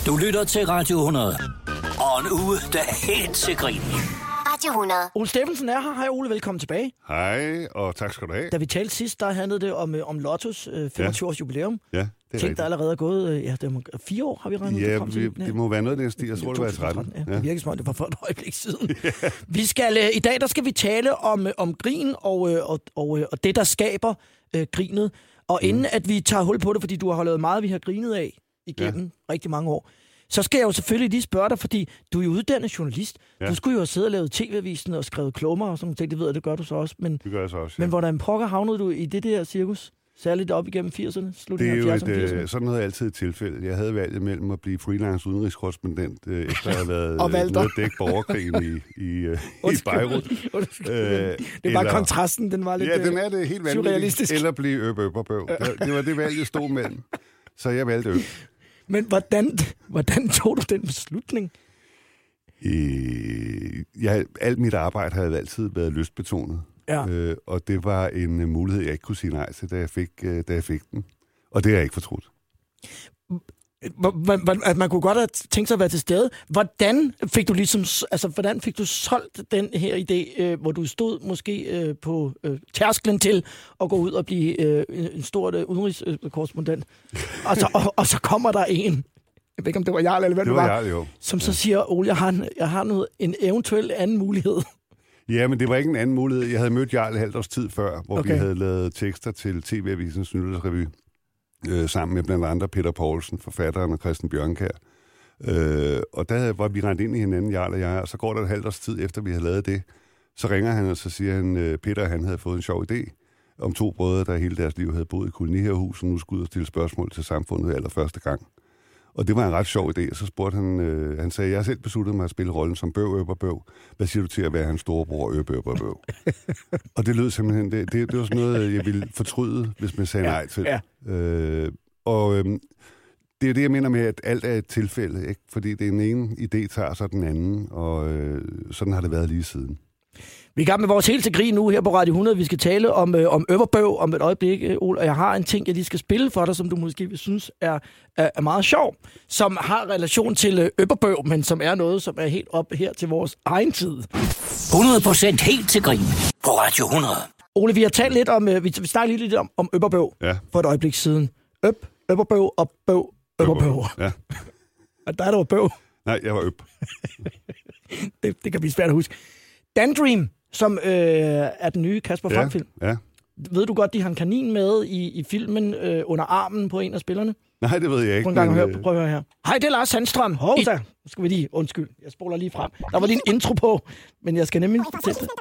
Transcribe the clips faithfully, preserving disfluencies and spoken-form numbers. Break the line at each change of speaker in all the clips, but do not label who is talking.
Du lytter til Radio hundrede. Og en uge, der er helt til grin.
Radio hundrede.
Ole Steffensen er her. Hej Ole, velkommen tilbage.
Hej, og tak skal du have.
Da vi talte sidst, der handlede det om, om Lottos øh, femogtyve års jubilæum.
Ja, det er
Tænk, der allerede er gået, øh, ja, det må, fire år har vi regnet
ja,
frem til.
Vi, det må være noget af den stil, jeg tror, det var tretten.
Ja, det virker som om, det var for et øjeblik siden. Yeah. Vi skal, øh, I dag der skal vi tale om, øh, om grin og, øh, og, og, øh, og det, der skaber øh, grinet. Og inden mm. at vi tager hul på det, fordi du har lavet meget, vi har grinet af igennem ja. rigtig mange år, så skal jeg jo selvfølgelig lige spørge dig, fordi du er jo uddannet journalist. Ja. Du skulle jo have siddet og lavet tv-avisen og skrevet klummer og sådan noget. Det ved jeg, det gør du så også. Men,
det gør jeg så også, ja.
Men hvordan pokker havnede du i det der cirkus? Særligt op igennem firserne? Det er jo et,
øh, sådan noget altid et tilfælde. Jeg havde valget mellem at blive freelance udenrigskorrespondent, øh, efter at have været med at dække borgerkrigen i, i, øh, i Beirut.
Øh, det var eller, kontrasten, den var lidt
ja, den er det helt vanvittigt. Eller blive øb, øb og bøv. Det var det valg, jeg stod mellem. Så jeg valgte øb.
Men hvordan, hvordan tog du den beslutning?
Øh, jeg, alt mit arbejde havde altid været lystbetonet. Ja. Øh, og det var en uh, mulighed, jeg ikke kunne sige nej til, da jeg fik, uh, da jeg fik den. Og det har jeg ikke fortrudt.
At man kunne godt have tænkt sig at være til stede. Hvordan fik du ligesom, altså hvordan fik du solgt den her idé, øh, hvor du stod måske øh, på øh, tærsklen til at gå ud og blive øh, en stor øh, udenrigskorrespondent, og, så, og, og så kommer der en, jeg ved ikke om det var Jarl eller hvad det,
det
var,
var Jarl, jo.
som så siger, Ole, jeg har, jeg har noget, en eventuel anden mulighed.
Ja, men det var ikke en anden mulighed. Jeg havde mødt Jarl et halvt års tid før, hvor okay. vi havde lavet tekster til T V-avisens nyhedsrevy. Øh, sammen med blandt andre Peter Poulsen, forfatteren og Christian Bjørnkjær. Øh, og der var vi rendt ind i hinanden, Jarl og jeg, og så går der et halvt års tid efter, vi havde lavet det. Så ringer han, og så siger han, øh, Peter, han havde fået en sjov idé om to brødre, der hele deres liv havde boet i kolonihavehuset, og nu skulle ud og stille spørgsmål til samfundet allerførste gang. Og det var en ret sjov idé, og så spurgte han, øh, han sagde, jeg har selv besluttet mig at spille rollen som bøv, øb og bøv. Hvad siger du til at være hans storebror, øb, øb og bøv? Og det lød simpelthen, det, det, det var sådan noget, jeg ville fortryde, hvis man sagde ja, nej til. Ja. Øh, og øh, det er det, jeg mener med, at alt er et tilfælde, ikke? Fordi det er den ene idé tager så den anden, og øh, sådan har det været lige siden.
Vi er i gang med vores helt til grin nu her på Radio hundrede. Vi skal tale om, øh, om øverbøv om et øjeblik, øh, Ole. Og jeg har en ting, jeg lige skal spille for dig, som du måske vil synes er, er, er meget sjov. Som har relation til øh, øverbøv, men som er noget, som er helt op her til vores egen tid.
hundrede procent helt til grin på Radio hundrede.
Ole, vi har talt lidt om, øh, vi, vi snakkede lidt om, om øverbøv
ja.
for et øjeblik siden. Øb, øverbøv og bøv, øverbøv.
Ja.
Og der, der var bøv.
Nej, jeg var øb.
det, det kan blive svært at huske. Dan Dream, som øh, er den nye Kasper Frank-film.
Ja, ja.
Ved du godt, de har en kanin med i, i filmen øh, under armen på en af spillerne?
Nej, det ved jeg ikke.
Prøv en gang at høre, prøv at høre her. Hej, det er Lars Sandstrøm. Hov, så. Nu skal vi lige, undskyld, jeg spoler lige frem. Der var lige en intro på, men jeg skal nemlig fortælle det.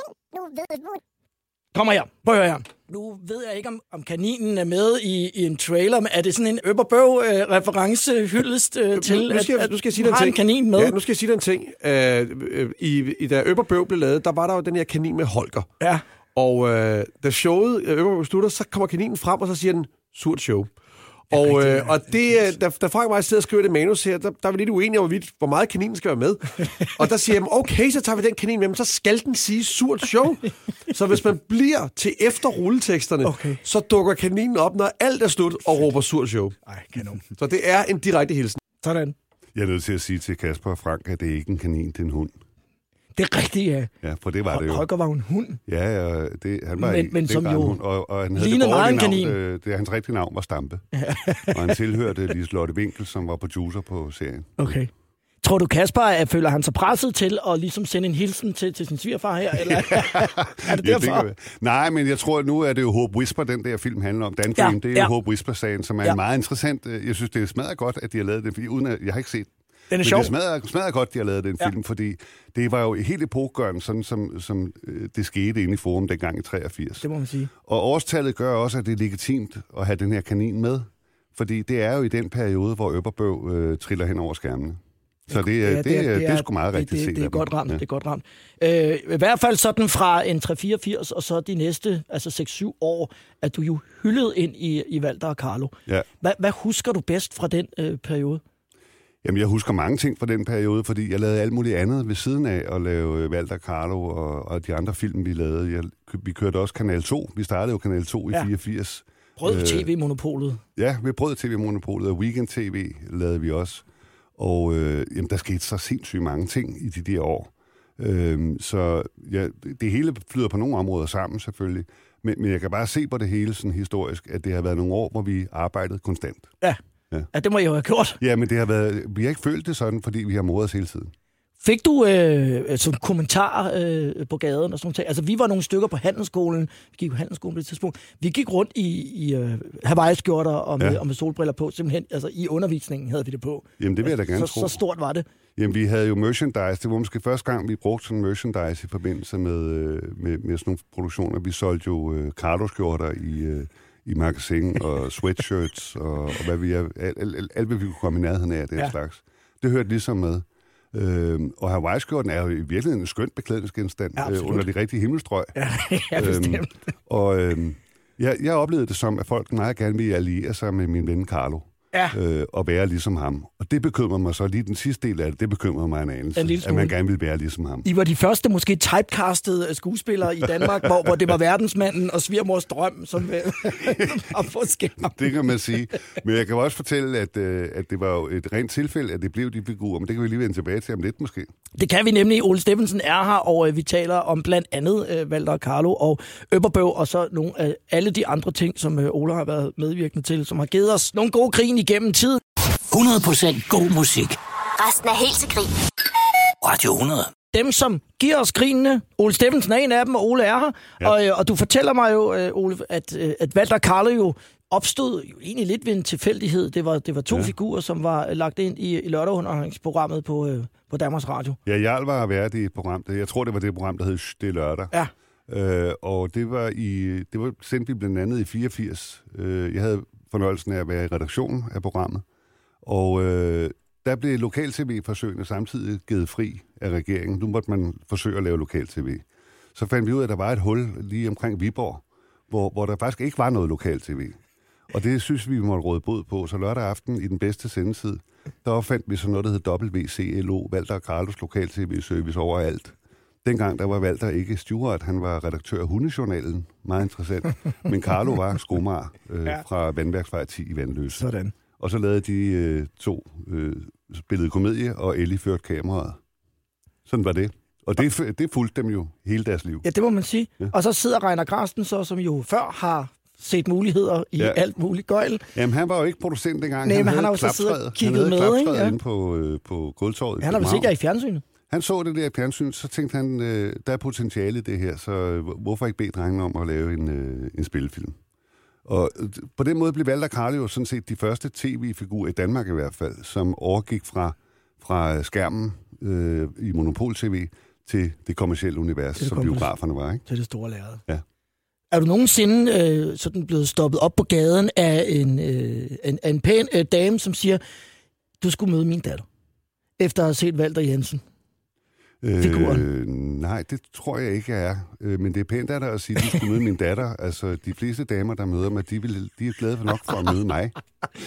Kom her, prøv at høre her. Nu ved jeg ikke, om, om kaninen er med i, i en trailer, men er det sådan en Øpperbøv-reference-hyldest øh, til,
nu skal,
at,
nu skal jeg sige
du har
en,
en kanin med?
Ja, nu skal jeg sige den ting. Uh, i, i, da Øpperbøv blev lavet, der var der jo den her kanin med Holger.
Ja.
Og uh, da showet Øpperbøv slutter, så kommer kaninen frem, og så siger den, surt show. Og, øh, og det, da, da Frank og mig sidder og skriver det manus her, der, der er vi lidt uenige om, hvor meget kaninen skal være med. Og der siger jeg, okay, så tager vi den kanin med, men så skal den sige surt show. Så hvis man bliver til efter rulleteksterne, okay. så dukker kaninen op, når alt er slut, og råber surt show.
Ej, kanon.
Så det er en direkte hilsen.
Sådan.
Jeg er nødt til at sige til Kasper og Frank, at det er ikke en kanin, det er en hund.
Det er rigtigt, ja.
Ja, for det var det jo.
Holger var en hund.
Ja, ja det, han var
men,
i,
men som jo
hund, og, og han havde det
meget
navn, øh, det, hans rigtige navn var Stampe. Og han tilhørte Liselotte Winkel, som var producer på serien.
Okay. Tror du, Kasper, at føler han sig presset til at ligesom sende en hilsen til, til sin svigerfar her? Eller er det derfor? Ja, det
Nej, men jeg tror, at nu er det jo Hope Whisper, den der film handler om. Dan Dream, ja, det er ja. jo Hope Whisper-sagen, som er ja. meget interessant. Jeg synes, det er smadret godt, at de har lavet det, uden at jeg har ikke set.
Den er
Men
sjov.
det smadrer, smadrer godt, de har lavet den
ja.
film, fordi det var jo helt epokegørende, sådan som, som øh, det skete inde i Forum dengang i treogfirs.
Det må man sige.
Og årstallet gør også, at det er legitimt at have den her kanin med, fordi det er jo i den periode, hvor Øpperbøv øh, triller hen over skærmene. Så det, ja, det, det, det, er, det er sgu meget rigtigt
det,
set.
Det, det er godt ramt, ja. det er godt ramt. Øh, I hvert fald sådan fra en tre fireogfirs, og så de næste, altså seks syv år, at du jo hyldet ind i, i Walter og Carlo.
Ja.
Hvad, hvad husker du bedst fra den øh, periode?
Jamen, jeg husker mange ting fra den periode, fordi jeg lavede alt muligt andet ved siden af at lave Walter Carlo og, og de andre film, vi lavede. Jeg, vi kørte også Kanal to. Vi startede jo Kanal to i ja. fireogfirs.
Brød T V-monopolet.
Ja, vi brød T V-monopolet, og Weekend T V lavede vi også. Og øh, jamen, der skete så sindssygt mange ting i de der år. Øh, så ja, det hele flyder på nogle områder sammen selvfølgelig. Men, men jeg kan bare se på det hele sådan historisk, at det har været nogle år, hvor vi arbejdede konstant.
Ja, ja. ja det må jeg jo have gjort.
Ja, men det har været, vi har ikke følt det sådan, fordi vi har modet os hele tiden.
Fik du øh, sådan kommentarer øh, på gaden og sådan noget? Altså, vi var nogle stykker på handelsskolen. Vi gik på handelsskolen på det tidspunkt. Vi gik rundt i, i uh, Hawaii-skjorter og med, ja. og med solbriller på. Simpelthen, altså i undervisningen havde vi det på.
Jamen, det vil jeg da gerne
så,
tro.
Så stort var det.
Jamen, vi havde jo merchandise. Det var måske første gang, vi brugte sådan merchandise i forbindelse med, med, med sådan nogle produktioner. Vi solgte jo øh, Cardo-skjorter i, øh, i magasin og sweatshirts og, og hvad vi er. Alt, alt, alt, hvad vi kunne komme i nærheden af, det ja. slags. Det hørte ligesom med. Øhm, og Hawaii-skjorten er jo i virkeligheden en skønt beklædningsgenstand ja, øh, under de rigtige himmelstrøg.
Ja, ja bestemt. Øhm,
og øhm, jeg, jeg oplevede det som, at folk meget gerne ville alliere sig med min ven Carlo. Ja. Øh, og være ligesom ham. Og det bekymrer mig så, lige den sidste del af det, det bekymrer mig en anelse, en at man gerne vil være ligesom ham.
I var de første måske typecastede skuespillere i Danmark, hvor, hvor det var verdensmanden og svigermors drøm, som var på skærmen.
Det kan man sige. Men jeg kan også fortælle, at, at det var jo et rent tilfælde, at det blev de figurer, men det kan vi lige vende tilbage til om lidt måske.
Det kan vi nemlig. Ole Steffensen er her, og øh, vi taler om blandt andet øh, Walter Carlo og Øpperbøv, og så nogle af alle de andre ting, som øh, Ole har været medvirkende til, som har givet os nogle gode grin igennem tid.
hundrede procent god musik.
Resten er helt til grin.
Radio hundrede.
Dem, som giver os grinene. Ole Steffensen er en af dem, og Ole er her. Ja. Og, øh, og du fortæller mig jo, øh, Ole, at, øh, at Walter Carlo jo opstod jo egentlig lidt ved en tilfældighed. Det var, det var to ja. figurer, som var lagt ind i, i lørdagsunderholdningsprogrammet på, øh, på Danmarks Radio.
Ja, Jarl var vært i et program. Jeg tror, det var det program, der hed Det er lørdag.
Ja.
Øh, og det var i det var sendt vi blandt andet i fireogfirs. Øh, jeg havde fornøjelsen af at være i redaktionen af programmet. Og øh, der blev lokal-tv-forsøgene samtidig givet fri af regeringen. Nu måtte man forsøge at lave lokal-tv. Så fandt vi ud af, at der var et hul lige omkring Viborg, hvor, hvor der faktisk ikke var noget lokal-tv. Og det synes vi, vi måtte råde bod på. Så lørdag aften i den bedste sendetid, der opfandt vi så noget, der hed W C L O, Walter Carlos lokal-tv-service overalt. Dengang der var Walter ikke steward, han var redaktør af Hundejournalen. Meget interessant. Men Carlo var skomager øh, ja. fra Vandværksvej ti i Vandløse.
Sådan.
Og så lavede de øh, to øh, spillede komedie, og Ellie førte kameraet. Sådan var det. Og det, det fulgte dem jo hele deres liv.
Ja, det må man sige. Ja. Og så sidder Reiner Grasten så, som jo før har set muligheder i ja. alt muligt gøjl.
Jamen, han var jo ikke producent dengang.
Nej,
han
men han har jo så siddet og kigget med, ikke? Ja.
inde på, øh, på Gulvtorvet.
Han har vist ikke i fjernsynet.
Han så det der i fjernsynet, så tænkte han, øh, der er potentiale i det her, så øh, hvorfor ikke bede drengene om at lave en, øh, en spillefilm? Og øh, på den måde blev Walter Carlo jo sådan set de første tv-figurer i Danmark i hvert fald, som overgik fra, fra skærmen øh, i Monopol-T V til det kommercielle univers, det som biograferne var, ikke?
Til det store lærred.
Ja.
Er du nogensinde øh, sådan blevet stoppet op på gaden af en, øh, en, en pæn øh, dame, som siger, du skulle møde min datter, efter at have set Walter Jensen?
Øh, nej, det tror jeg ikke, jeg er. Øh, men det er pænt af dig at sige, at du skulle møde min datter. Altså, de fleste damer, der møder mig, de, vil, de er glade for nok for at møde mig.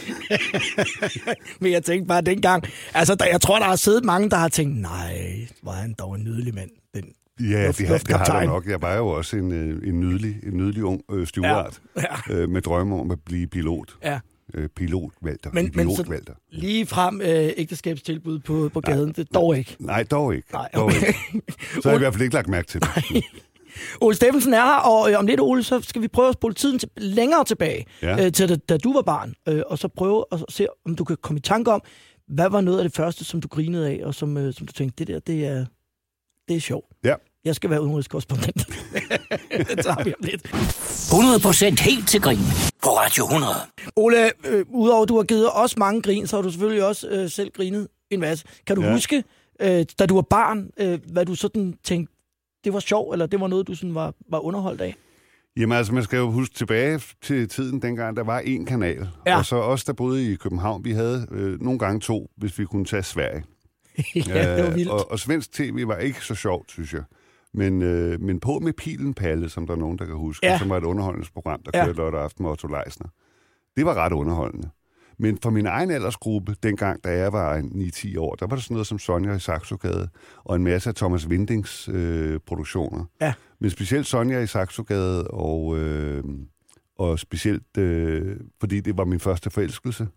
Men jeg tænkte bare dengang, altså, der, jeg tror, der har siddet mange, der har tænkt, nej, hvor er han dog en nydelig mand, den
Ja, luft, det, har, det har der nok. Jeg var jo også en, en, nydelig, en nydelig ung øh, steward, ja. Ja. Øh, med drømme om at blive pilot.
Ja.
Øh, pilot Walter.
Men,
pilot,
men så
Walter.
lige frem øh, ægteskabstilbud på, på gaden, nej, det dog ikke.
Nej, dog ikke.
Nej,
okay. dog ikke. Så har jeg i hvert fald ikke lagt mærke til det.
Nej. Ole Steffensen er her, og øh, om lidt, Ole, så skal vi prøve at spole tiden til, længere tilbage, ja. øh, til da, da du var barn, øh, og så prøve at se, om du kan komme i tanke om, hvad var noget af det første, som du grinede af, og som, øh, som du tænkte, det der, det er, det er sjovt.
Ja.
Jeg skal være udenrigskorrespondent. Det tager vi om lidt.
hundrede procent helt til grin på Radio hundrede.
Ole, øh, udover at du har givet os mange grin, så har du selvfølgelig også øh, selv grinet en masse. Kan du ja. huske, øh, da du var barn, øh, hvad du sådan tænkte, det var sjovt, eller det var noget, du sådan var, var underholdt af?
Jamen altså, man skal jo huske tilbage til tiden, dengang der var én kanal.
Ja.
Og så os, der boede i København, vi havde øh, nogle gange to, hvis vi kunne tage Sverige.
Ja, det var vildt.
Og, og svensk tv var ikke så sjovt, synes jeg. Men, øh, men på med Pilen Palle, som der er nogen, der kan huske, ja. som var et underholdningsprogram, der ja. kørte lørdag aften med Otto Leisner. Det var ret underholdende. Men for min egen aldersgruppe, dengang, da jeg var ni ti år, der var der sådan noget som Sonja i Saxogade, og en masse af Thomas Windings øh, produktioner.
Ja.
Men specielt Sonja i Saxogade, og, øh, og specielt øh, fordi det var min første forelskelse.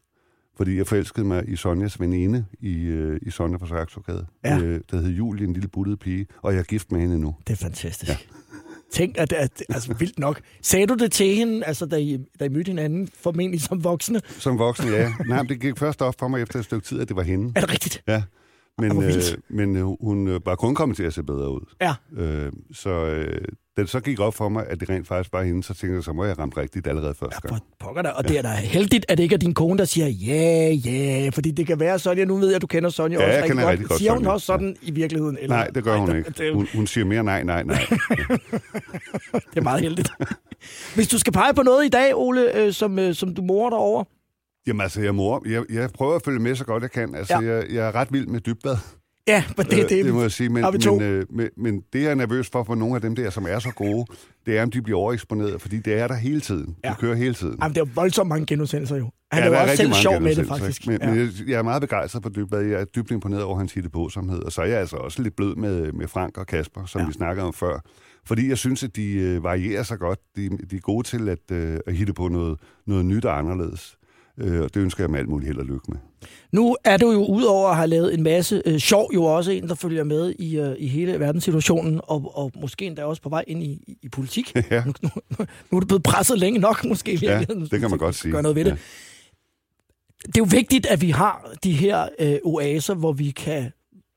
Fordi jeg forelskede mig i Sonjas veninde i, øh, i Sonja fra Saxogade.
Ja.
Øh, der hed Julie, en lille buttede pige, og jeg er gift med hende nu.
Det er fantastisk. Ja. Tænk, at, at altså vildt nok. Sagde du det til hende, altså da I, da I mødte hinanden, formentlig som voksne?
Som voksne, ja. Nej, det gik først op for mig efter et stykke tid, at det var hende.
Er det rigtigt?
Ja. Men, øh, men øh, hun var kun kommet til at se bedre ud.
Ja.
Øh, så øh, da det så gik op for mig, at det rent faktisk var hende, så tænkte jeg, så må jeg ramt rigtigt allerede første gang.
Ja, pokker da. Og ja. Det er da heldigt, at det ikke er din kone, der siger ja, ja, fordi det kan være Sonja. Nu ved jeg, at du kender Sonja
ja,
også
jeg
rigtig godt.
rigtig godt.
Siger hun
Sonja.
også sådan ja. I virkeligheden? Eller?
Nej, det gør hun
nej,
ikke.
Det,
hun, hun siger mere nej, nej, nej.
det er meget heldigt. Hvis du skal pege på noget i dag, Ole, øh, som, øh, som du morer dig over?
Jamen altså, jeg, mor, jeg, jeg prøver at følge med så godt jeg kan. Altså, ja. jeg, jeg er ret vild med dybvad.
Ja, men det, det,
øh, det må jeg sige. Men,
men,
øh, men, men det, jeg er nervøs for, for nogle af dem der, som er så gode, det er, om de bliver overeksponeret, fordi det er der hele tiden. De ja. kører hele tiden.
Jamen, det er voldsomt mange genudsendelser jo. Han
ja,
er jo også selv sjov med det,
ikke?
faktisk.
Men,
ja.
men jeg, jeg er meget begejstret for Dybvad. Jeg er dybt imponeret over hans hittepåsomhed. Og så er jeg altså også lidt blød med, med Frank og Kasper, som ja. vi snakkede om før. Fordi jeg synes, at de øh, varierer så godt. De, de er gode til at, øh, at hitte på noget, noget nyt og anderledes. Øh, og det ønsker jeg med alt muligt held og lykke med.
Nu er du jo udover at have lavet en masse øh, sjov, jo også en, der følger med i, øh, i hele verdenssituationen, og, og måske endda også på vej ind i, i, i politik.
Ja.
Nu, nu, nu er du blevet presset længe nok, måske.
Ja, det kan man godt sige.
Gør noget ved det. Ja. Det er jo vigtigt, at vi har de her øh, oaser, hvor vi kan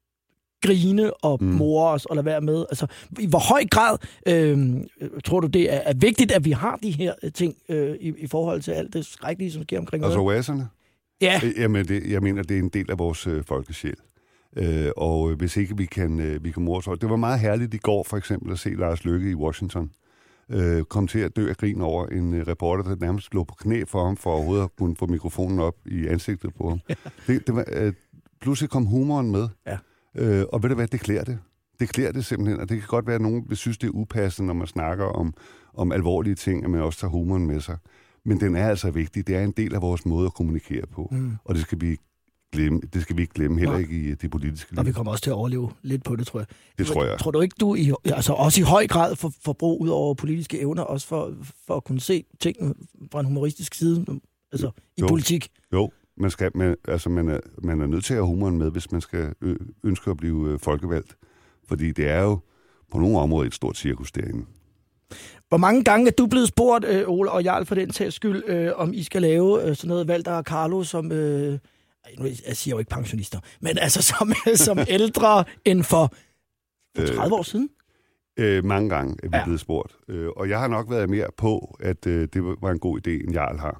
grine og mm. more os og lade være med. Altså, i hvor høj grad øh, tror du, det er, er vigtigt, at vi har de her ting øh, i, i forhold til alt det skrækkelige, som sker omkring
altså oaserne?
Ja.
Jamen, det, jeg mener, det er en del af vores øh, folkesjæl. Øh, og øh, hvis ikke vi kan, øh, vi kan more os. Det var meget herligt i går, for eksempel, at se Lars Løkke i Washington øh, kom til at dø af grin over en øh, reporter, der nærmest lå på knæ for ham, for overhovedet at kunne få mikrofonen op i ansigtet på ham. Ja. Det, det var, øh, pludselig kom humoren med.
Ja.
Øh, og ved du hvad, det klæder det. Det klæder det simpelthen, og det kan godt være, at nogen vil synes, det er upassende, når man snakker om, om alvorlige ting, at man også tager humoren med sig. Men den er altså vigtig. Det er en del af vores måde at kommunikere på. Mm. Og det skal vi glemme. Det skal vi ikke glemme, heller ikke i det politiske liv.
Og vi kommer også til at overleve lidt på det, tror jeg.
Det tror jeg.
Tror du ikke, du i, altså også i høj grad får for brug ud over politiske evner, også for, for at kunne se ting fra en humoristisk side, altså i
jo.
politik?
Jo, man, skal, man, altså man, er, man er nødt til at have humoren med, hvis man skal ø- ønske at blive øh, folkevalgt. Fordi det er jo på nogle områder et stort cirkus derinde.
Hvor mange gange er du blevet spurgt, øh, Ole og Jarl, for den sags skyld, øh, om I skal lave øh, sådan noget Walter og Carlo, som, øh, jeg siger jo ikke pensionister, men altså som, som ældre end for, for tredive år siden?
Øh, mange gange er vi
ja.
blevet spurgt. Øh, og jeg har nok været mere på, at øh, det var en god idé, end Jarl har.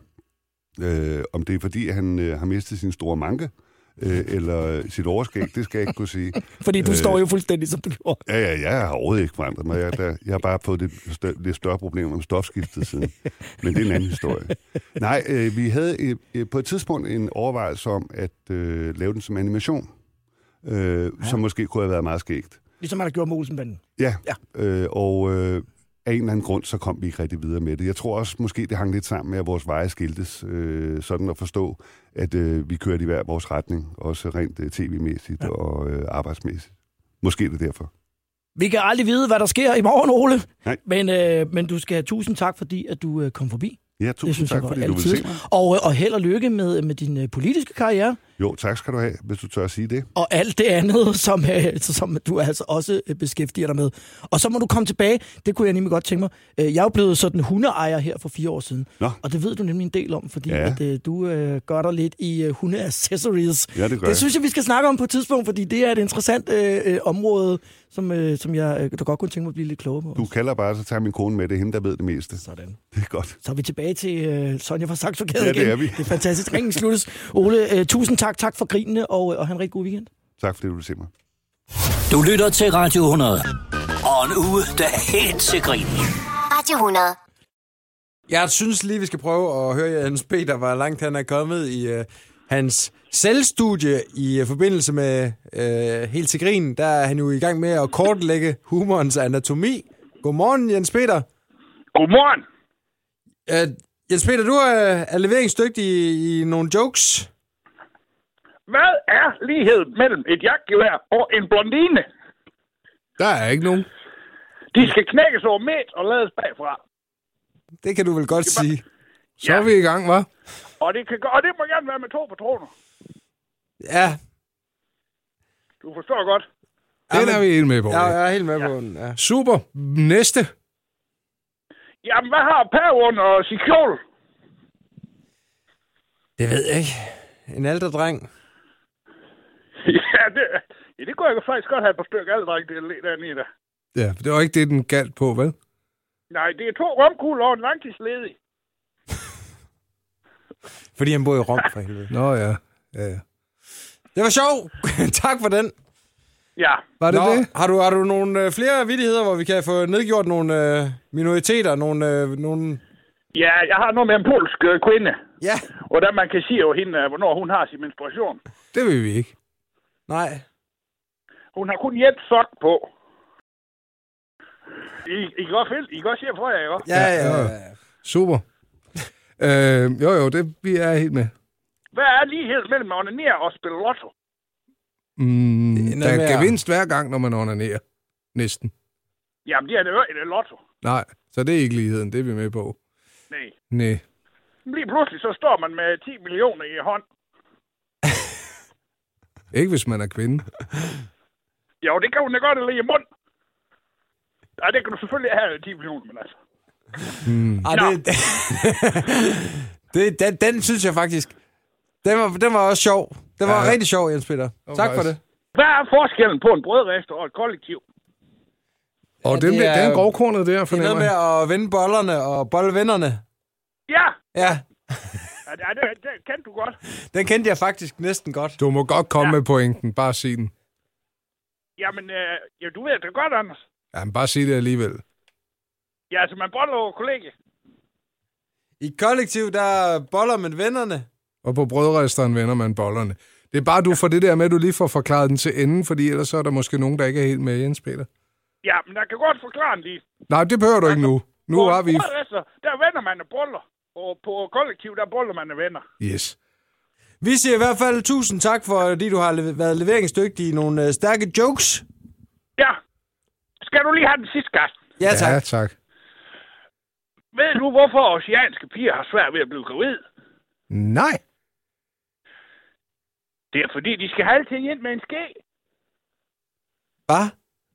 Øh, om det er fordi, han øh, har mistet sin store manke, øh, eller sit overskæg, det skal jeg ikke kunne sige.
Fordi du øh, står jo fuldstændig, som du gjorde.
Ja, ja, jeg har overhovedet ikke forandret mig. Jeg, der, jeg har bare fået lidt større, lidt større problemer med stofskiftet siden. Men det er en anden historie. Nej, øh, vi havde øh, på et tidspunkt en overvejelse om at øh, lave den som animation, øh, ja. som måske kunne have været meget skægt.
Ligesom man har gjort med Olsenbanden.
Ja, ja. Øh, og øh, af en eller anden grund, så kom vi ikke rigtig videre med det. Jeg tror også, måske det hang lidt sammen med, at vores veje skiltes, øh, sådan at forstå, at øh, vi kørte i hver vores retning, også rent øh, tv-mæssigt ja. og øh, arbejdsmæssigt. Måske det derfor.
Vi kan aldrig vide, hvad der sker i morgen, Ole.
Nej.
Men, øh, men du skal have tusind tak, fordi at du øh, kom forbi.
Ja, tusind tak, fordi du vil se mig.
Og, og held og lykke med, med din øh, politiske karriere.
Jo, tak skal du have, hvis du tør at sige det.
Og alt det andet, som, øh, som du altså også beskæftiger dig med. Og så må du komme tilbage. Det kunne jeg nemlig godt tænke mig. Jeg er jo blevet sådan hundeejer her for fire år siden. Nå. Og det ved du nemlig en del om, fordi ja. at, øh, du øh, gør dig lidt i øh, hundeaccessories.
Ja, det gør
Det
jeg.
synes jeg, vi skal snakke om på et tidspunkt, fordi det er et interessant øh, område, som, øh, som jeg øh, du godt kunne tænke mig at blive lidt klogere på.
Du kalder bare, så tager min kone med. Det er hende, der ved det meste.
Sådan.
Det er godt.
Så er vi tilbage til øh, Sonja fra Saxogade
ja,
igen.
det er vi.
Det er fantastisk. Ringen sluttes. Ole, øh, tusind tak. Tak for grinene, og, og have en rigtig god weekend.
Tak fordi du vil se mig.
Du lytter til Radio hundrede. Og en uge, der er helt til grin.
Radio hundrede.
Jeg synes lige, vi skal prøve at høre Jens Peter, hvor langt han er kommet i uh, hans selvstudie i uh, forbindelse med uh, Helt til grin. Der er han jo i gang med at kortlægge humorens anatomi. Godmorgen, Jens Peter.
Godmorgen.
Uh, Jens Peter, du er, er leveringsdygtig i, i nogle jokes.
Hvad er lighed mellem et jagtgevær og en blondine?
Der er ikke nogen.
De skal knækkes over midt og lades bagfra.
Det kan du vel godt
de
sige.
Bare,
Så
Ja.
er vi i gang, hva'?
Og det, kan, og det må gerne være med to patroner.
Ja,
Du forstår godt.
Den er vi helt med på.
jeg,
Ja.
jeg er helt med på den. Ja.
Super. Næste.
Jamen, hvad har Pavon og Sikjol?
Det ved jeg ikke. En ældre dreng.
ja, det, ja, det kunne jeg faktisk godt have et par stykker aldrig, det er dernede i der.
Ja, det var ikke det, den galt på, vel?
Nej, det er to romkugler og en langtidsledig.
Fordi han bor i Rom, for helvede.
Nå ja. Ja, ja.
Det var sjovt. Tak for den.
Ja.
Var det
Nå,
det?
Har du, har du nogle øh, flere vittigheder, hvor vi kan få nedgjort nogle øh, minoriteter? Nogle, øh, nogle...
Ja, jeg har noget med en polsk øh, kvinde.
Ja.
Hvordan man kan sige jo hende, øh, hvornår hun har sin menstruation.
Det vil vi ikke.
Nej.
Hun har kun et sok på. I, I kan godt finde, I kan godt se for jer, ikke?
Ja, ja, ja. ja.
Super. øh, jo, jo, det vi er helt med.
Hvad er ligheden mellem at onanere og spille lotto?
Mm,
Det er
der
noget med
er
at-
gevinst hver gang, når man onanerer. Næsten.
Jamen, det er det jo et lotto.
Nej, så det er ikke ligheden, det er vi med på.
Nej.
Nej.
Lige pludselig så står man med ti millioner i hånd.
Ikke hvis man er kvinde.
Jo, det kan hun da godt lige i mund. Ja, det kan du selvfølgelig have ti millioner, men altså.
Ej, det, det, den, den synes jeg faktisk... Den var, den var også sjov. Den var
Ja.
rigtig sjov, Jens Peter.
var
Tak for
faktisk-
det.
Hvad er forskellen på en brødrester og et kollektiv?
Og
Ja,
den,
det er-
den grovkornet der,
Det er
fornemmer
noget med
jeg.
at vinde bollerne og bolle vennerne.
Ja,
Ja,
ja det, det, det kendte du godt.
den kendte jeg faktisk næsten godt.
Du må godt komme
Ja.
med pointen. Bare sig den.
Jamen, øh, ja, du ved det godt, Anders.
Ja, men bare sig det alligevel.
Ja, altså, man boller over kollega.
I kollektiv, der boller man vennerne.
Og på brødresteren vender man bollerne. Det er bare, du får det der med, at du lige får forklaret den til enden, fordi ellers så er der måske nogen, der ikke er helt med, Jens Peter.
Ja, men jeg kan godt forklare den lige.
Nej, det behøver du ikke nu. Nu
På
har
en
vi...
brødrester, der vender man og boller. Og på kollektiv, der boller man og venner.
Yes.
Vi siger i hvert fald tusind tak, fordi du har le- været leveringsdygtig i nogle øh, stærke jokes.
Ja. Skal du lige have den sidste, Karsten?
Ja, tak.
Ja, tak.
Ved du, hvorfor oceanske piger har svært ved at blive gravid?
Nej.
Det er fordi, de skal have alting ind med en ske.
Hvad?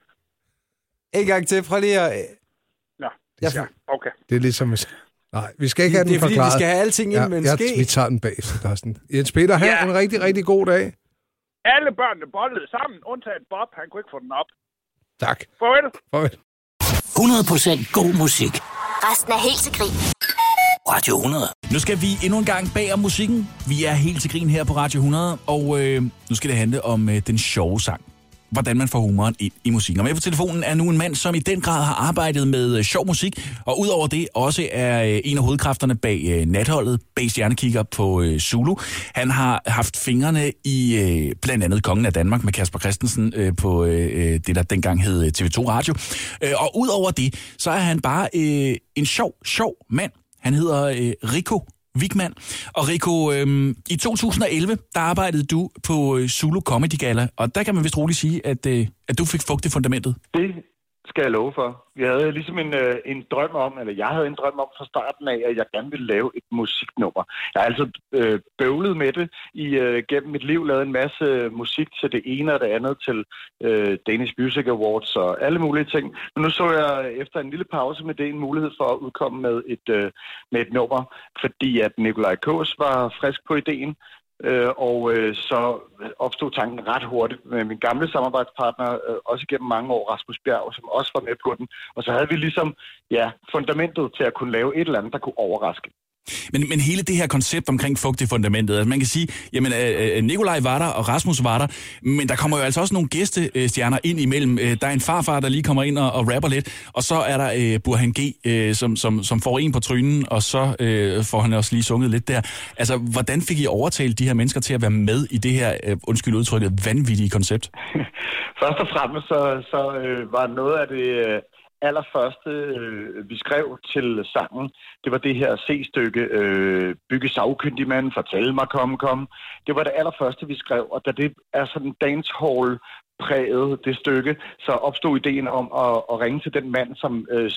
En gang til. Prøv lige at...
Nå,
Jeg
ja, okay.
Det er ligesom... Nej, vi skal ikke have
Det er
den
fordi,
forklaret.
vi skal have alting ind
ja,
med en
ja,
ske.
vi tager den bag, Karsten. Jens Peter, have
Ja.
en rigtig, rigtig god dag.
Alle børnene bollede sammen, undtaget Bob. Han kunne ikke få den op.
Tak.
Farvel.
Farvel.
hundrede procent god musik.
Resten er helt til grin.
Radio hundrede.
Nu skal vi endnu en gang bag om musikken. Vi er helt til grin her på Radio hundrede, og øh, nu skal det handle om øh, den sjove sang. Hvordan man får humoren ind i musikken. Og med på telefonen er nu en mand, som i den grad har arbejdet med øh, sjov musik, og udover det også er øh, en af hovedkræfterne bag øh, natholdet, bag stjernekigger på øh, Zulu. Han har haft fingrene i øh, blandt andet Kongen af Danmark med Kasper Christensen øh, på øh, det, der dengang hed T V to Radio. Øh, og udover det, så er han bare øh, en sjov, sjov mand. Han hedder øh, Rico Wigman. Og Rico, øhm, i to tusind og elleve, der arbejdede du på øh, Zulu Comedy Gala, og der kan man vist roligt sige, at, øh, at du fik fugt i fundamentet.
Det skal jeg love for. Vi havde ligesom en, øh, en drøm om, eller jeg havde en drøm om fra starten af, at jeg gerne ville lave et musiknummer. Jeg har altid øh, bøvlet med det i øh, gennem mit liv, lavet en masse øh, musik til det ene og det andet, til øh, Danish Music Awards og alle mulige ting. Men nu så jeg efter en lille pause med det en mulighed for at udkomme med et, øh, med et nummer, fordi at Nikolaj Kås var frisk på ideen. Øh, og øh, så opstod tanken ret hurtigt med min gamle samarbejdspartner, øh, også igennem mange år, Rasmus Bjerg, som også var med på den. Og så havde vi ligesom ja, fundamentet til at kunne lave et eller andet, der kunne overraske.
Men, men hele det her koncept omkring fugt i fundamentet, altså man kan sige, jamen øh, Nikolaj var der, og Rasmus var der, men der kommer jo altså også nogle gæstestjerner ind imellem. Der er en farfar, der lige kommer ind og, og rapper lidt, og så er der øh, Burhan G, øh, som, som, som får en på trynen, og så øh, får han også lige sunget lidt der. Altså, hvordan fik I overtalt de her mennesker til at være med i det her, øh, undskyld udtrykket, vanvittige koncept?
Først og fremmest så, så øh, var noget af det... Øh allerførste, øh, vi skrev til sangen, det var det her C-stykke, øh, Bygge sagkyndig mand, fortæl mig, kom, kom. Det var det allerførste, vi skrev, og da det er sådan dancehall-præget, det stykke, så opstod ideen om at, at ringe til den mand, som øh,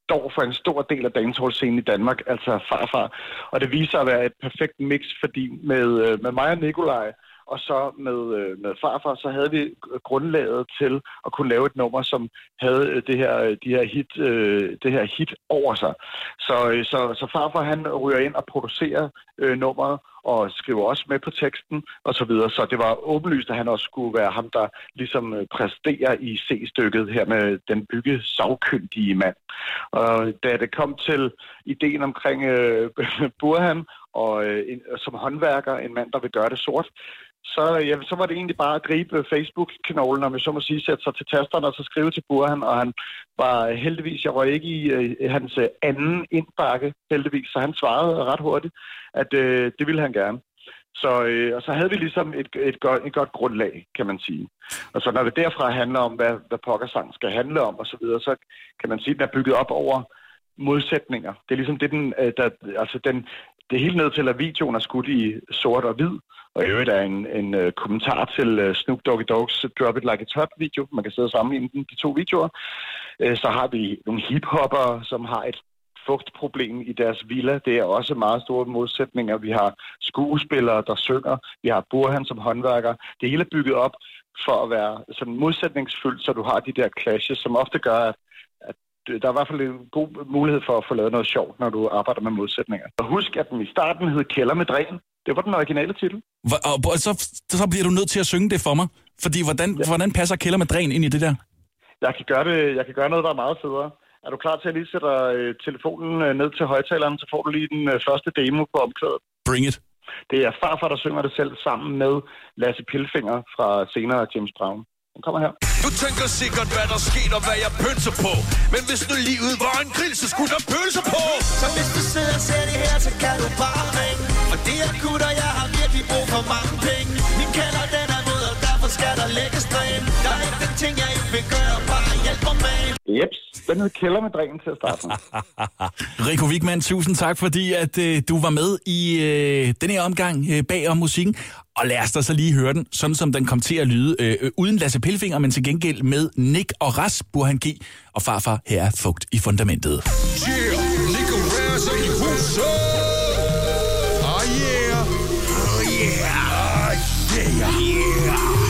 står for en stor del af dancehall-scenen i Danmark, altså Farfar. Og det viser at være et perfekt mix, fordi med, med mig og Nikolaj, og så med, med Farfar, så havde vi grundlaget til at kunne lave et nummer, som havde det her, de her hit, det her hit over sig. Så, så, så Farfar, han ryger ind og producerer øh, nummeret, og skriver også med på teksten, og så videre. Så det var åbenlyst, at han også skulle være ham, der ligesom præsterer i C-stykket her med den bygge savkyndige mand. Og da det kom til ideen omkring øh, Burhan, og øh, en, som håndværker, en mand, der vil gøre det sort, Så, ja, så var det egentlig bare at gribe Facebook-knoglen, om jeg så må sige, sætte sig til tasterne og så skrive til Burhan, og han var heldigvis, jeg var ikke i øh, hans anden indbakke, heldigvis, så han svarede ret hurtigt, at øh, det ville han gerne. Så, øh, og så havde vi ligesom et, et, godt, et godt grundlag, kan man sige. Og så når det derfra handler om, hvad, hvad pokkersang skal handle om og så videre, så kan man sige, at den er bygget op over modsætninger. Det er ligesom det, den, der, altså den, det er helt ned til, at videoen er skudt i sort og hvid, og i øvrigt er en, en uh, kommentar til uh, Snoop Doggy Dogg's Drop It Like It's Hot video. Man kan sidde og sammenligne de to videoer. Uh, så har vi nogle hiphopper, som har et fugtproblem i deres villa. Det er også meget store modsætninger. Vi har skuespillere, der synger. Vi har Burhan som håndværker. Det hele er bygget op for at være sådan modsætningsfyldt, så du har de der clashes, som ofte gør, at, at der er i hvert fald en god mulighed for at få lavet noget sjovt, når du arbejder med modsætninger. Og husk, at den i starten hed Kælder med dræn. Det var den originale titel.
Hvor, og, og så, så bliver du nødt til at synge det for mig. Fordi hvordan, ja. hvordan passer Kælder med dræn ind i det der?
Jeg kan gøre det. Jeg kan gøre noget, der er meget federe. Er du klar til at lige sætte øh, telefonen øh, ned til højtaleren, så får du lige den øh, første demo på omkvædet.
Bring it.
Det er Farfar, der synger det selv sammen med Lasse Pilfinger fra senere James Brown. Den kommer her.
Du tænker sikkert, hvad der skete og hvad jeg pølser på. Men hvis nu livet var en grill, så skulle der pølser på.
Så hvis du sidder og ser det her, så kan du bare ringe. Og det er gutter, jeg har virkelig brug for mange penge. Min kælder, den er våd, og derfor skal der lægges dræn. Der er ikke den ting, jeg ikke vil gøre, bare hjælp mig med.
Jeps, den hed Kælder med dræn til at starte med.
Rico Wigman, tusind tak, fordi at, øh, du var med i øh, den her omgang øh, bag om musikken. Og lad os da så lige høre den, sådan som den kom til at lyde, øh, uden Lasse Pilfinger, men til gengæld med Nick og Ras, Burhan G. Og Farfar, her er Fugt i fundamentet.
Yeah, Nick og Ras i huset. Oh yeah. Oh yeah. Oh yeah.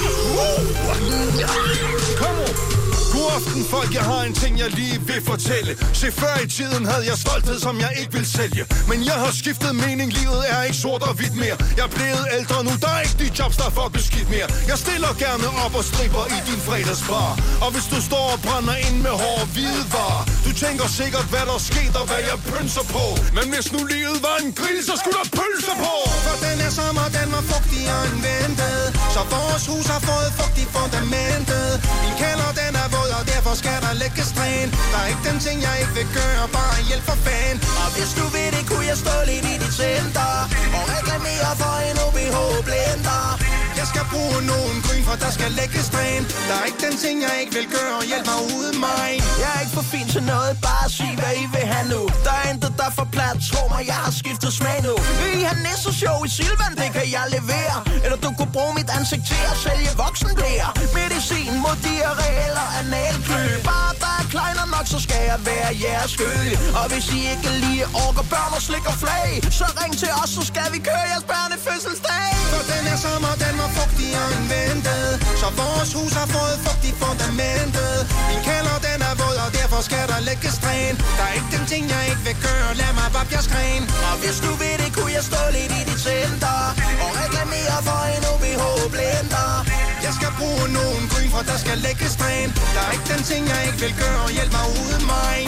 Yeah. Kom on. God aften, folk, jeg har en ting, jeg lige vil fortælle. Se, før i tiden havde jeg stolthed, som jeg ikke vil sælge. Men jeg har skiftet mening, livet er ikke sort og hvidt mere. Jeg er blevet ældre nu, der er ikke de jobs, der er for beskidt mere. Jeg stiller gerne op og stripper i din fredagsbar. Og hvis du står og brænder ind med hårde hvidevarer, du tænker sikkert, hvad der skete og hvad jeg pønser på. Men hvis nu livet var en grill, så skulle der pølser på.
For den er sommer, den var fugtig og en ventet. Så vores hus har fået fugt i fundamentet. Min kælder, den er våd, og derfor skal der lægges dræn. Der er ikke den ting, jeg ikke vil gøre, bare hjælp for fan. Og hvis du vil det, kunne jeg stå lidt i dit center og reklamere for en O B H-blender. Jeg skal bruge nogen gryn, for der skal lægges dræn. Der er ikke den ting, jeg ikke vil gøre, hjælp mig ud mig. Jeg er ikke for fin til noget, bare sig hvad I vil have nu. Der er intet der for plat, tro mig, jeg har skiftet smag nu. Vil I have næste show i Silvan, det kan jeg levere. Eller du kunne bruge mit ansigt til at sælge voksenblære. Medicin mod diarré eller analklø. Bare der er kleiner nok, så skal jeg være jeres skøl. Og hvis I ikke lige orker børn og slik og flag, så ring til os, så skal vi køre jeres børnefødselsdag. For den er sommer, den var fugtig og en ventet. Så vores hus har fået fugt i fundamentet. Min kælder, den er våd, og derfor skal der lægges dræn. Der er ikke den ting, jeg ikke vil gøre, lad mig bare bjerg skræn. Og hvis du vil det, kunne jeg stå lidt i dit center og reklamere for en O B H-blender. Jeg skal bruge nogen gryn, for der skal lægges dræn. Der er ikke den ting, jeg ikke vil gøre, hjælp mig ud mig.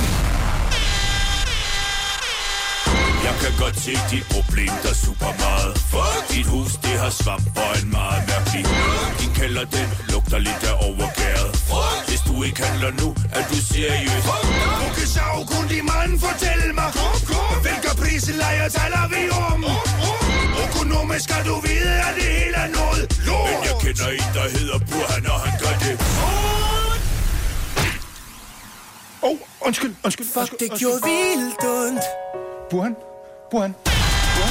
Jeg kan godt se dit problem, der er super meget. For dit hus, det har svamp og en meget mærkelig. Din kælder, den lugter lidt af overgæret. Hvis du ikke handler nu, er du seriøs. Du kan så kun de mand fortælle mig. Hvilke priser lejer taler vi om? Økonomisk skal du vide, at det hele er noget lort. Men jeg kender en, der hedder Burhan, og han gør det.
Åh, oh, undskyld, undskyld. Fuck, det gjorde vildt ondt.
Burhan? Burhan? Burhan?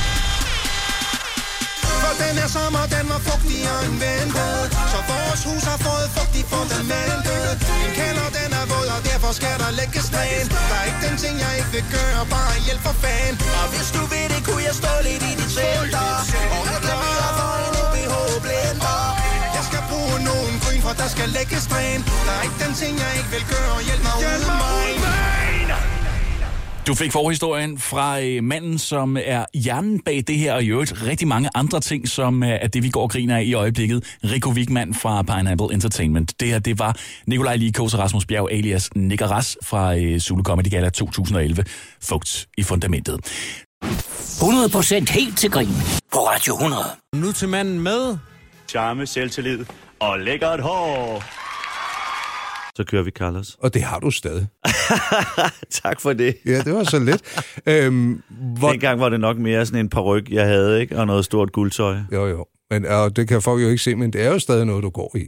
For den er sommer, den var fugtig og en ventet. Så vores hus har fået fugt i fundamentet. Min kælder, den er våd, og derfor skal der lægges dræn. Der er ikke den ting, jeg ikke vil gøre, bare hjælp for fan. Og hvis du vil det, kunne jeg stå lidt i dit center og reklamere for en L B H-blender. Jeg skal bruge nogen gryn, for der skal lægges dræn. Der er ikke den ting, jeg ikke vil gøre, hjælp mig uden mig.
Du fik forhistorien fra øh, manden, som er hjernen bag det her, og i øvrigt rigtig mange andre ting, som øh, er det, vi går og griner af i øjeblikket. Rico Wigman fra Pineapple Entertainment. Det her, det var Nikolaj Likos og Rasmus Bjerg alias Nicaras fra øh, Zulu Comedy Gala to tusind og elleve. Fugt i fundamentet.
hundrede procent helt til grin på Radio hundrede.
Nu til manden med
charme, selvtillid og lækkert hår. Så kører vi, Carlos.
Og det har du stadig.
Tak for det.
Ja, det var så let. Øhm,
hvor... Dengang var det nok mere sådan en paryk, jeg havde, ikke? Og noget stort guldtøj.
Jo, jo. Men, og det kan folk jo ikke se, men det er jo stadig noget, du går i.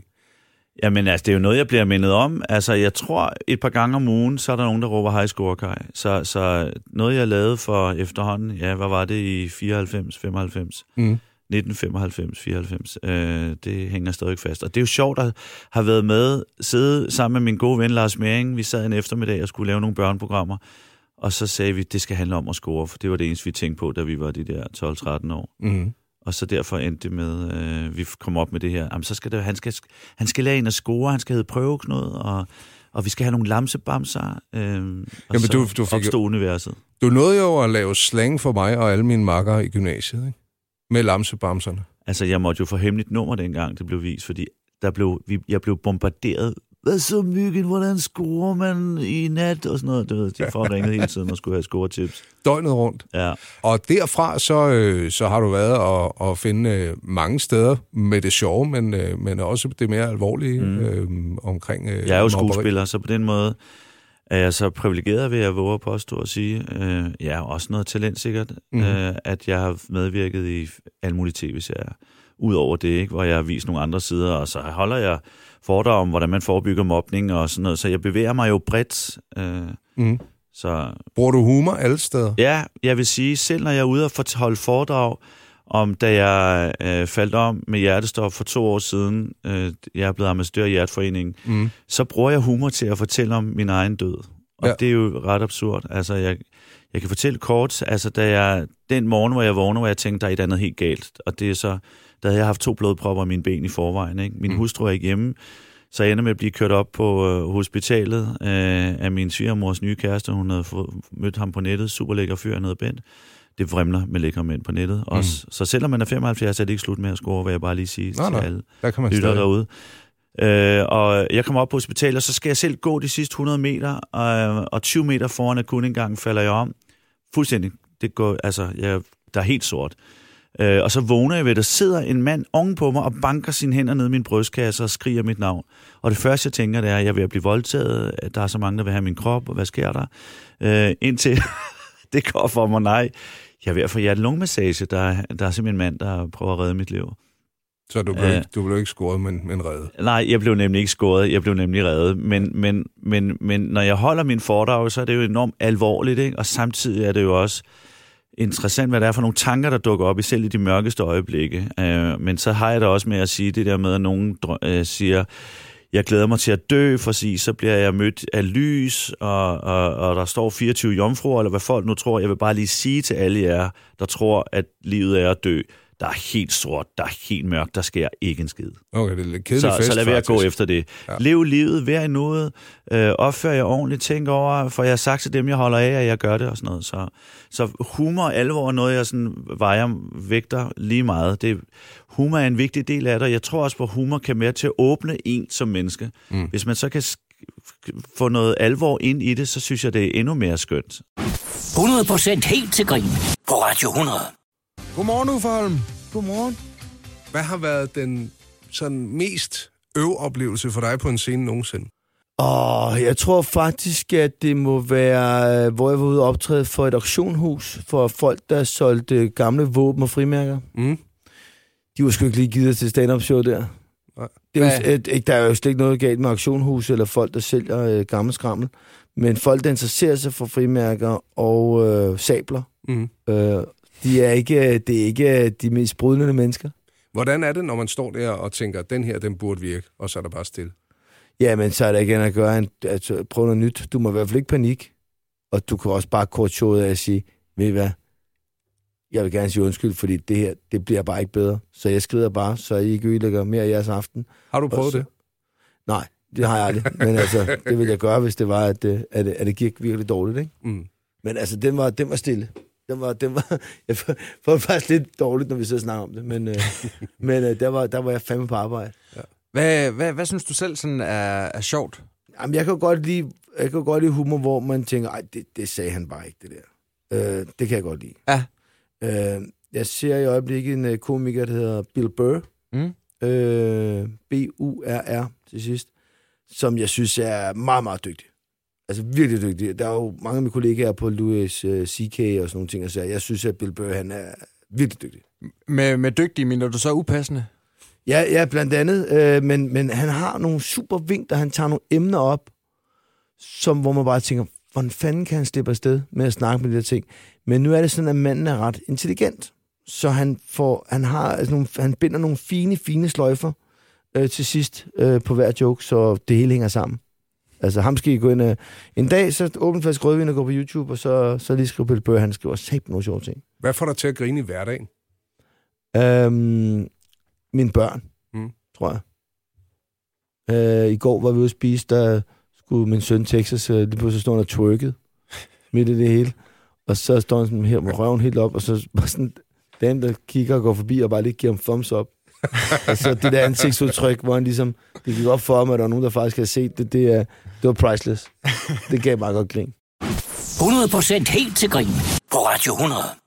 Jamen altså, det er jo noget, jeg bliver mindet om. Altså, jeg tror, et par gange om ugen, så er der nogen, der råber hej scorekaj. Så, så noget, jeg lavede for efterhånden, ja, hvad var det i fireoghalvfems, femoghalvfems? Mm. nitten femoghalvfems, fireoghalvfems. Øh, det hænger stadig fast. Og det er jo sjovt at have været med, sidde sammen med min gode ven Lars Mering. Vi sad en eftermiddag og skulle lave nogle børneprogrammer. Og så sagde vi, at det skal handle om at score, for det var det eneste, vi tænkte på, da vi var de der tolv tretten år. Mm. Og så derfor endte det med, øh, vi kom op med det her. Jamen, så skal det, han, skal, han skal lære en at score, han skal hedde prøveknud, og, og vi skal have nogle lamsebamser. Øh, og Jamen, så du, du fik opstod universet.
Du nåede jo at lave slang for mig og alle mine makkere i gymnasiet, ikke? Med lamsebamserne.
Altså, jeg måtte jo få hemmeligt nummer dengang, det blev vist, fordi der blev, vi, jeg blev bombarderet. Hvad så, Myggen? Hvordan scorer man i nat? Og sådan noget. Det ved, de får ringet hele tiden og skulle have scoretips.
Døgnet rundt.
Ja.
Og derfra, så, øh, så har du været og, og finde øh, mange steder med det sjove, men, øh, men også det mere alvorlige mm. øh, omkring øh,
Jeg er jo skuespiller, så på den måde er jeg så privilegeret ved at våge at påstå og sige, øh, jeg har også noget talent sikkert, mm. øh, at jeg har medvirket i alle mulige tv-serier. Udover det, ikke, hvor jeg har vist nogle andre sider, og så holder jeg foredrag om, hvordan man forebygger mobning og sådan noget, så jeg bevæger mig jo bredt. Øh, mm. så...
Bruger du humor alle steder?
Ja, jeg vil sige, selv når jeg er ude og holde foredrag om, da jeg øh, faldt om med hjertestop for to år siden, øh, jeg er blevet ambassadør i Hjerteforeningen, mm. så bruger jeg humor til at fortælle om min egen død. Og ja. Det er jo ret absurd. Altså, jeg, jeg kan fortælle kort, altså, da jeg, den morgen, hvor jeg vågner, hvor jeg tænkte, der er et andet helt galt. Og det er så, der havde jeg haft to blodpropper i mine ben i forvejen, ikke? Min mm. hustru er ikke hjemme, så jeg ender med at blive kørt op på øh, hospitalet øh, af min svigermors nye kæreste. Hun havde fået, mødt ham på nettet, super lækker fyr, han hedder Bent. Det vrimler med lækre mænd på nettet. Mm. Også, så selvom man er femoghalvfjerds, er det ikke slut med at score, vil jeg bare lige sige
nå,
til
nå.
alle
der kan man
lytter derude. Øh, og jeg kommer op på hospitalet, og så skal jeg selv gå de sidste hundrede meter, og, og tyve meter foran akutindgangen falder jeg om. Fuldstændig. Det går, altså, jeg, der er helt sort. Øh, og så vågner jeg ved, der sidder en mand oven på mig og banker sine hænder ned i min brystkasse og skriger mit navn. Og det første, jeg tænker, det er, at jeg er ved at blive voldtaget. Der er så mange, der vil have min krop, og hvad sker der? Øh, indtil det går for mig, nej. Jeg er ved at få hjerte-lungemassage. Der, der er simpelthen en mand, der prøver at redde mit liv.
Så du blev, Æh, du blev ikke scoret, men, men reddet?
Nej, jeg blev nemlig ikke scoret. Jeg blev nemlig reddet. Men, men, men, men når jeg holder min foredrag, så er det jo enormt alvorligt, ikke? Og samtidig er det jo også interessant, hvad der er for nogle tanker, der dukker op, i selv i de mørkeste øjeblikke. Øh, men så har jeg det også med at sige det der med, at nogen øh, siger, jeg glæder mig til at dø, for så bliver jeg mødt af lys, og, og, og der står fireogtyve jomfruer, eller hvad folk nu tror. Jeg vil bare lige sige til alle jer, der tror, at livet er at dø, der er helt sort, der er helt mørkt, der sker ikke en skid.
Okay, det er lidt kedelig
så,
fest,
så lad være at gå efter det. Ja. Lev livet, vær i noget, øh, opfør jer ordentligt, tænk over, for jeg har sagt til dem, jeg holder af, at jeg gør det og sådan noget. Så, så humor og alvor er noget, jeg sådan vejer, vægter lige meget. Det, humor er en vigtig del af det, jeg tror også, at humor kan være til at åbne en som menneske. Mm. Hvis man så kan få noget alvor ind i det, så synes jeg, det er endnu mere skønt.
hundrede procent helt til grin på Radio hundrede.
Godmorgen, Uffe Holm.
Godmorgen.
Hvad har været den sådan mest øv-oplevelse for dig på en scene nogensinde?
Åh, oh, jeg tror faktisk, at det må være, hvor jeg var ude og optræde for et auktionshus for folk, der solgte gamle våben og frimærker. Mm. De var sgu ikke lige givet til stand-up show der. Det er jo, et, der er jo slet ikke noget galt med auktionshus eller folk, der sælger øh, gammel skrammel. Men folk, der interesserer sig for frimærker og øh, sabler, mm. øh, de er ikke, det er ikke de mest brydende mennesker.
Hvordan er det, når man står der og tænker, den her, den burde virke, og så er der bare stille?
Jamen, så er der ikke andet at gøre end altså, prøve noget nyt. Du må i hvert fald ikke panik. Og du kan også bare kort showet af at sige, ved I hvad? Jeg vil gerne sige undskyld, fordi det her, det bliver bare ikke bedre. Så jeg skrider bare, så I ikke ødelægger mere af jeres aften.
Har du prøvet
så...
det?
Nej, det har jeg aldrig. Men altså, det ville jeg gøre, hvis det var, at, at, at, at det gik virkelig dårligt, ikke?
Mm.
Men altså, den var, den var stille. Den var, den var, jeg får faktisk lidt dårligt, når vi så snakker om det, men, øh, men øh, der, var, der var jeg fandme på arbejde. Ja.
Hvad, hvad, hvad synes du selv sådan er, er sjovt?
Jamen, jeg kan godt lide, jeg kan godt lide humor, hvor man tænker, ej, det, det sagde han bare ikke, det der. Øh, det kan jeg godt lide.
Ja.
Øh, jeg ser i øjeblikket en uh, komiker, der hedder Bill Burr. Mm. Øh, B U R R til sidst, som jeg synes er meget, meget dygtig. Altså virkelig dygtig. Der er jo mange af mine kollegaer på Louis uh, C K og sådan nogle ting, og så jeg synes, at Bill Burr, han er virkelig dygtig.
Med, med dygtig, mener du så upassende?
Ja, ja, blandt andet. Øh, men, men han har nogle super vinkler, han tager nogle emner op, som, hvor man bare tænker, hvordan fanden kan han slippe afsted med at snakke med de der ting? Men nu er det sådan, at manden er ret intelligent. Så han, får, han, har, altså nogle, han binder nogle fine, fine sløjfer øh, til sidst øh, på hver joke, så det hele hænger sammen. Altså ham skal I gå ind øh, en dag, så åbne flaske rødvin og gå på YouTube, og så, så lige skrive Bill Burr, han skriver sæt nogle sjove ting.
Hvad får dig til at grine i hverdagen?
Øhm, mine børn, mm. tror jeg. Øh, I går var vi ude at spise, der skulle min søn Texas, øh, lige pludselig stå og twerket midt i det hele. Og så står han sådan her med røven helt op, og så var sådan den, der kigger og går forbi og bare lige giver ham thumbs up. Og så det der ansigtsudtryk, hvor han ligesom, det gik op for ham, at der var nogen, der faktisk havde set det, det, det var priceless. Det gav meget godt grin.
hundrede procent helt til grin på Radio hundrede.